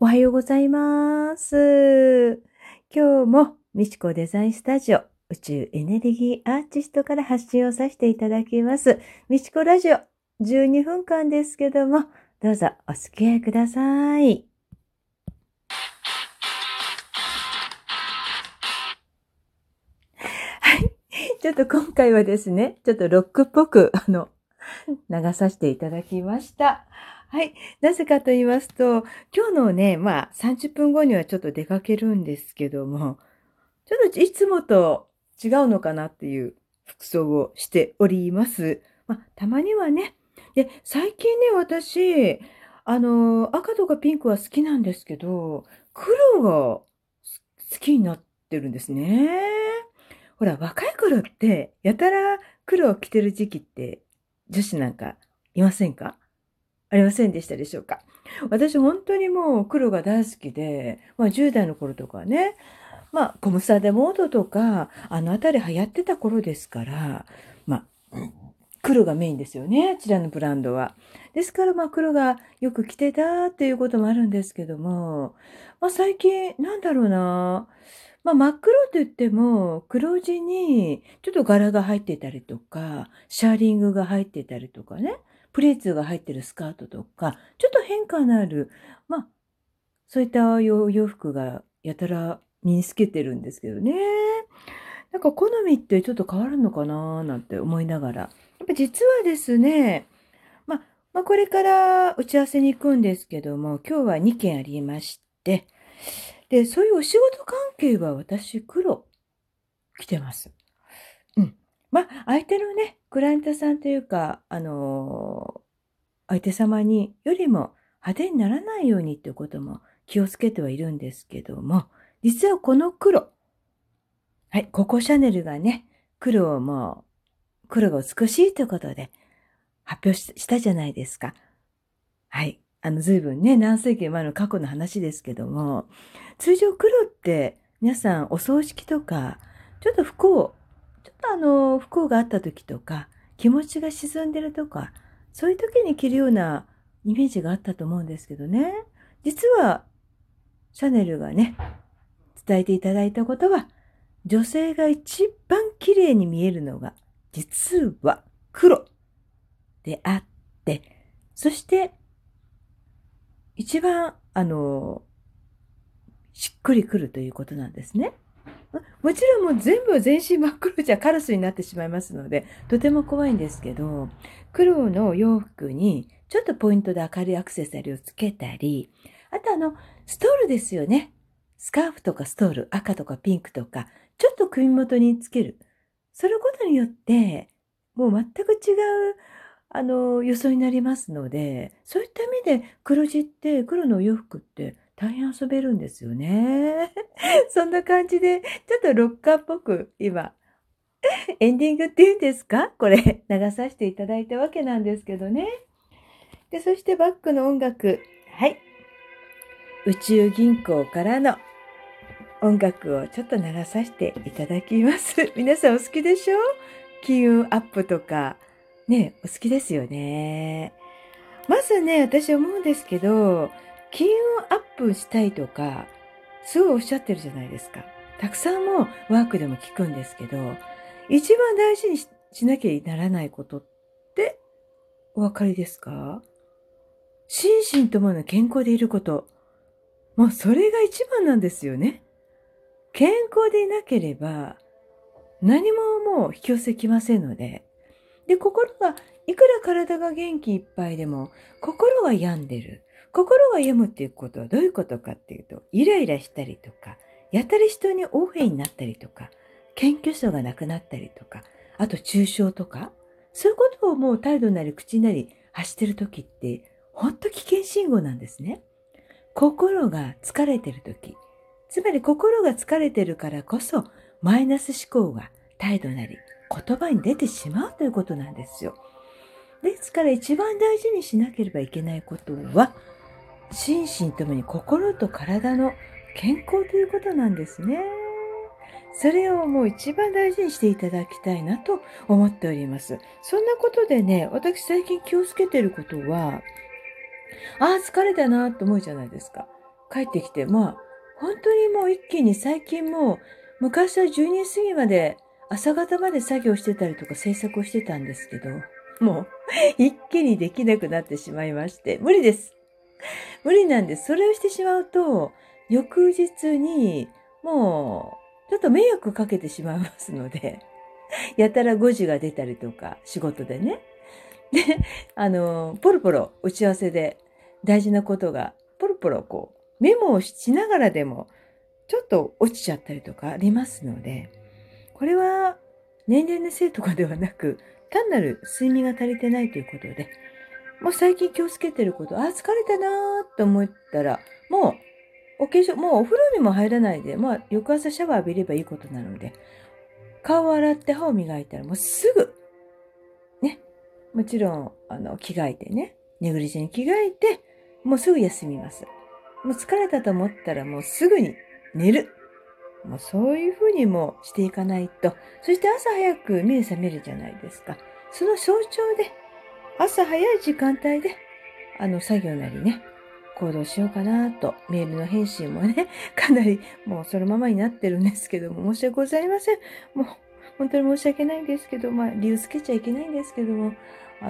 おはようございます。今日もみちこデザインスタジオ宇宙エネルギーアーティストから発信をさせていただきます。みちこラジオ12分間ですけども、どうぞお付き合いください。はい。ちょっと今回はですね、ちょっとロックっぽく流させていただきました。はい。なぜかと言いますと、今日のね、30分後にはちょっと出かけるんですけども、ちょっといつもと違うのかなっていう服装をしております。たまにはね。で、最近ね、私、赤とかピンクは好きなんですけど、黒が好きになってるんですね。ほら、若い頃って、やたら黒を着てる時期って、女子なんかいませんか？ありませんでしたでしょうか？私本当にもう黒が大好きで、10代の頃とかね、コムサデモードとか、あのあたり流行ってた頃ですから、まあ、黒がメインですよね、あちらのブランドは。ですから、黒がよく着てたっていうこともあるんですけども、最近、なんだろうな、真っ黒と言っても、黒地にちょっと柄が入ってたりとか、シャーリングが入ってたりとかね、プリーツが入ってるスカートとか、ちょっと変化のある、そういった洋服がやたら身につけてるんですけどね。なんか好みってちょっと変わるのかななんて思いながら。やっぱ実はですね、これから打ち合わせに行くんですけども、今日は2件ありまして、で、そういうお仕事関係は私黒着てます。うん。相手のね、クライアントさんというか、相手様によりも派手にならないようにっていうことも気をつけてはいるんですけども、実はこの黒、はい、ココシャネルがね、黒が美しいということで発表したじゃないですか。はい。随分ね、何世紀前の過去の話ですけども、通常黒って皆さんお葬式とか、ちょっと不幸があった時とか、気持ちが沈んでるとか、そういう時に着るようなイメージがあったと思うんですけどね。実は、シャネルがね、伝えていただいたことは、女性が一番綺麗に見えるのが、実は黒であって、そして一番、しっくりくるということなんですね。もちろんもう全部全身真っ黒じゃカラスになってしまいますので、とても怖いんですけど、黒の洋服にちょっとポイントで明るいアクセサリーをつけたり、あとストールですよね。スカーフとかストール、赤とかピンクとか、ちょっと首元につける。そのことによって、もう全く違う、装いになりますので、そういった意味で黒地って黒のお洋服って大変遊べるんですよね。そんな感じで、ちょっとロッカーっぽく今、エンディングっていうんですかこれ流させていただいたわけなんですけどね。で、そしてバックの音楽。はい。宇宙銀行からの音楽をちょっと流させていただきます。皆さんお好きでしょ？金運アップとか。ね、お好きですよね。まずね、私思うんですけど、金運アップしたいとか、すごいおっしゃってるじゃないですか。たくさんもうワークでも聞くんですけど、一番大事にしなきゃならないことってお分かりですか？心身ともの健康でいること。もうそれが一番なんですよね。健康でいなければ何ももう引き寄せきませんので。で、いくら体が元気いっぱいでも、心が病んでる。心が病むっていうことはどういうことかっていうと、イライラしたりとか、やたら人に横柄になったりとか、謙虚さがなくなったりとか、あと抽象とか、そういうことをもう態度なり口なり発してる時って、ほんと危険信号なんですね。心が疲れてる時、つまり心が疲れてるからこそ、マイナス思考が態度なり言葉に出てしまうということなんですよ。ですから一番大事にしなければいけないことは、心身ともに心と体の健康ということなんですね。それをもう一番大事にしていただきたいなと思っております。そんなことでね、私最近気をつけてることは、疲れたなと思うじゃないですか。 帰ってきて、本当にもう一気に最近もう、昔は12時過ぎまで、朝方まで作業してたりとか制作をしてたんですけど、もう一気にできなくなってしまいまして、無理です。無理なんです。それをしてしまうと、翌日に、もう、ちょっと迷惑かけてしまいますので、やたら誤字が出たりとか、仕事でね。で、ポロポロ打ち合わせで大事なことが、ポロポロメモをしながらでも、ちょっと落ちちゃったりとかありますので、これは年齢のせいとかではなく、単なる睡眠が足りてないということで、もう最近気をつけてること、疲れたなーと思ったら、もうお化粧、もうお風呂にも入らないで、翌朝シャワー浴びればいいことなので、顔を洗って歯を磨いたらもうすぐ、ね、もちろん、着替えてね、ネグリジェに着替えて、もうすぐ休みます。もう疲れたと思ったらもうすぐに寝る。もうそういうふうにもしていかないと、そして朝早く目覚めるじゃないですか。その象徴で、朝早い時間帯で、作業なりね、行動しようかなと、メールの返信もね、かなりもうそのままになってるんですけども、申し訳ございません。もう、本当に申し訳ないんですけど、理由つけちゃいけないんですけども、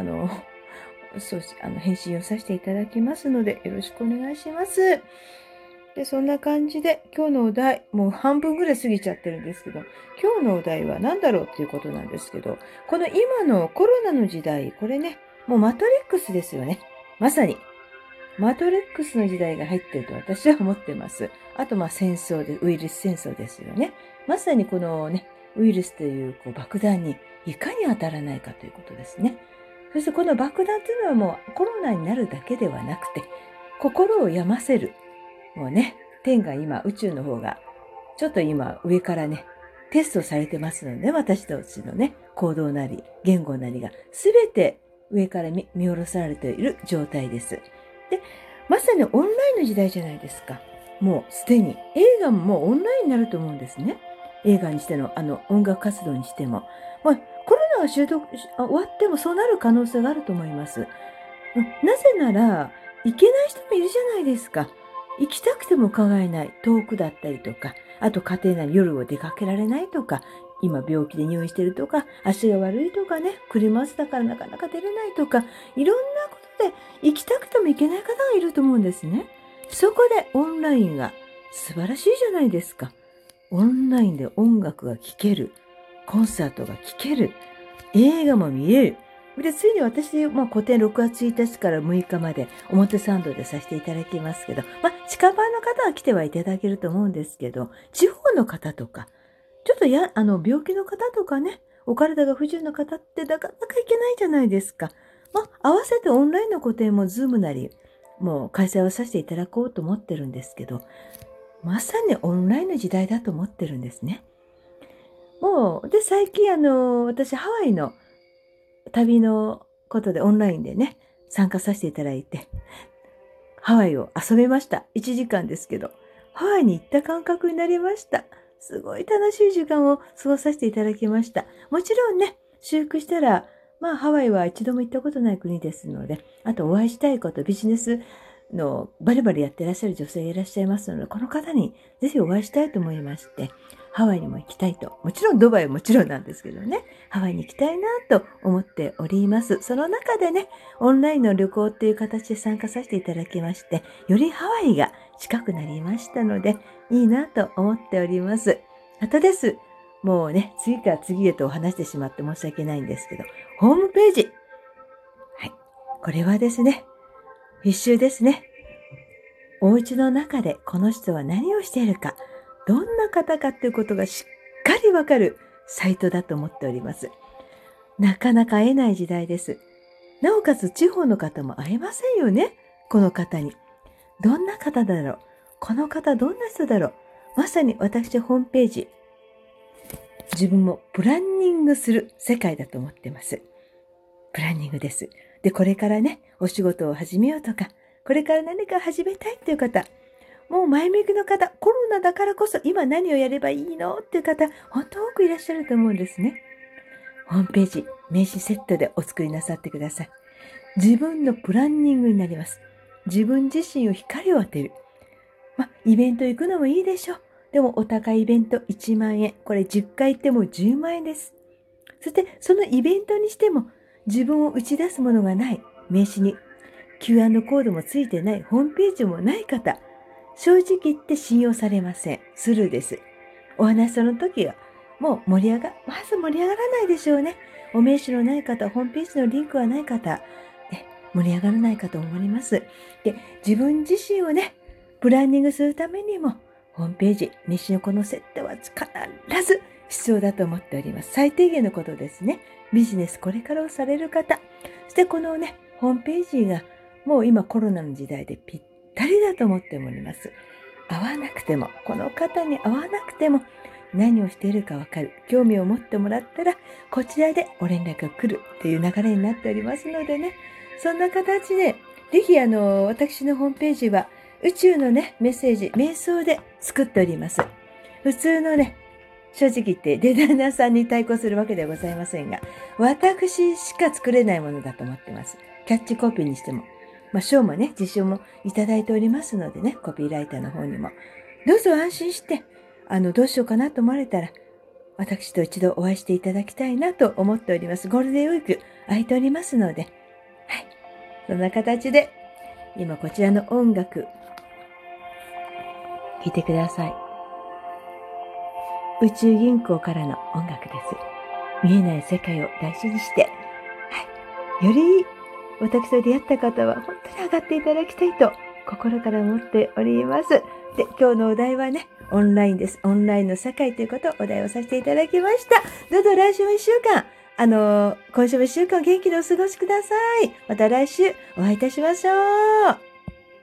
返信をさせていただきますので、よろしくお願いします。で、そんな感じで、今日のお題、もう半分ぐらい過ぎちゃってるんですけど、今日のお題は何だろうっていうことなんですけど、この今のコロナの時代、これね、もうマトリックスですよね。まさに。マトリックスの時代が入ってると私は思ってます。あと、戦争で、ウイルス戦争ですよね。まさにこのね、ウイルスという爆弾にいかに当たらないかということですね。そしてこの爆弾というのはもうコロナになるだけではなくて、心を病ませる。もうね、天が今、宇宙の方が、ちょっと今上からね、テストされてますので、私たちのね、行動なり、言語なりが、すべて上から見下ろされている状態です。で、まさにオンラインの時代じゃないですか。もうすでに。映画ももうオンラインになると思うんですね。映画にしての、音楽活動にしても。コロナが終わってもそうなる可能性があると思います。なぜなら、行けない人もいるじゃないですか。行きたくても伺えない。遠くだったりとか、あと家庭内に夜を出かけられないとか、今病気で入院してるとか、足が悪いとかね、車椅子だからなかなか出れないとか、いろんなことで行きたくても行けない方がいると思うんですね。そこでオンラインが素晴らしいじゃないですか。オンラインで音楽が聴ける。コンサートが聴ける。映画も見れる。で、ついに私、個展6月1日から6日まで表参道でさせていただきますけど、近場の方は来てはいただけると思うんですけど、地方の方とか、ちょっと病気の方とかね、お体が不自由な方ってなかなか行けないじゃないですか。合わせてオンラインの個展もズームなり、もう開催をさせていただこうと思ってるんですけど、まさにオンラインの時代だと思ってるんですね。で、最近私ハワイの旅のことでオンラインでね、参加させていただいて、ハワイを遊べました。1時間ですけど、ハワイに行った感覚になりました。すごい楽しい時間を過ごさせていただきました。もちろんね、修復したら、ハワイは一度も行ったことない国ですので、あとお会いしたいこと、ビジネスのバリバリやってらっしゃる女性がいらっしゃいますので、この方にぜひお会いしたいと思いまして、ハワイにも行きたいと。もちろんドバイはもちろんなんですけどね。ハワイに行きたいなと思っております。その中でね、オンラインの旅行っていう形で参加させていただきまして、よりハワイが近くなりましたので、いいなと思っております。あとです。もうね、次から次へと話してしまって申し訳ないんですけど、ホームページ。はい。これはですね、必修ですね。お家の中でこの人は何をしているか、どんな方かっていうことがしっかりわかるサイトだと思っております。なかなか会えない時代です。なおかつ地方の方も会えませんよね。この方に。どんな方だろう。この方どんな人だろう。まさに私ホームページ。自分もプランニングする世界だと思ってます。プランニングです。で、これからね、お仕事を始めようとか、これから何か始めたいっていう方、もう前向きの方、コロナだからこそ今何をやればいいのっていう方、本当多くいらっしゃると思うんですね。ホームページ、名刺セットでお作りなさってください。自分のプランニングになります。自分自身を光を当てる。 イベント行くのもいいでしょう。でもお高いイベント1万円。これ10回行っても10万円です。そしてそのイベントにしても自分を打ち出すものがない名刺に QR コードもついてないホームページもない方、正直言って信用されません。スルーです。お話その時はもうまず盛り上がらないでしょうね。お名刺のない方、ホームページのリンクはない方、盛り上がらないかと思います。で、自分自身をね、プランニングするためにも、ホームページ、名刺のこの設定は必ず必要だと思っております。最低限のことですね。ビジネスこれからをされる方、そしてこのね、ホームページがもう今コロナの時代でぴったりだと思っております。会わなくても、この方に会わなくても、何をしているかわかる。興味を持ってもらったら、こちらでお連絡が来るっていう流れになっておりますのでね。そんな形で、ぜひ私のホームページは、宇宙のね、メッセージ、瞑想で作っております。普通のね、正直言ってデザイナーさんに対抗するわけではございませんが、私しか作れないものだと思ってます。キャッチコピーにしても。賞もね、受賞もいただいておりますのでね、コピーライターの方にも。どうぞ安心して、どうしようかなと思われたら、私と一度お会いしていただきたいなと思っております。ゴールデンウィーク空いておりますので、はい。そんな形で、今こちらの音楽、聴いてください。宇宙銀行からの音楽です。見えない世界を大事にして、はい。より私と出会った方は本当に上がっていただきたいと心から思っております。で、今日のお題はね、オンラインです。オンラインの世界ということをお題をさせていただきました。どうぞ来週も1週間、今週も1週間元気でお過ごしください。また来週お会いいたしましょう。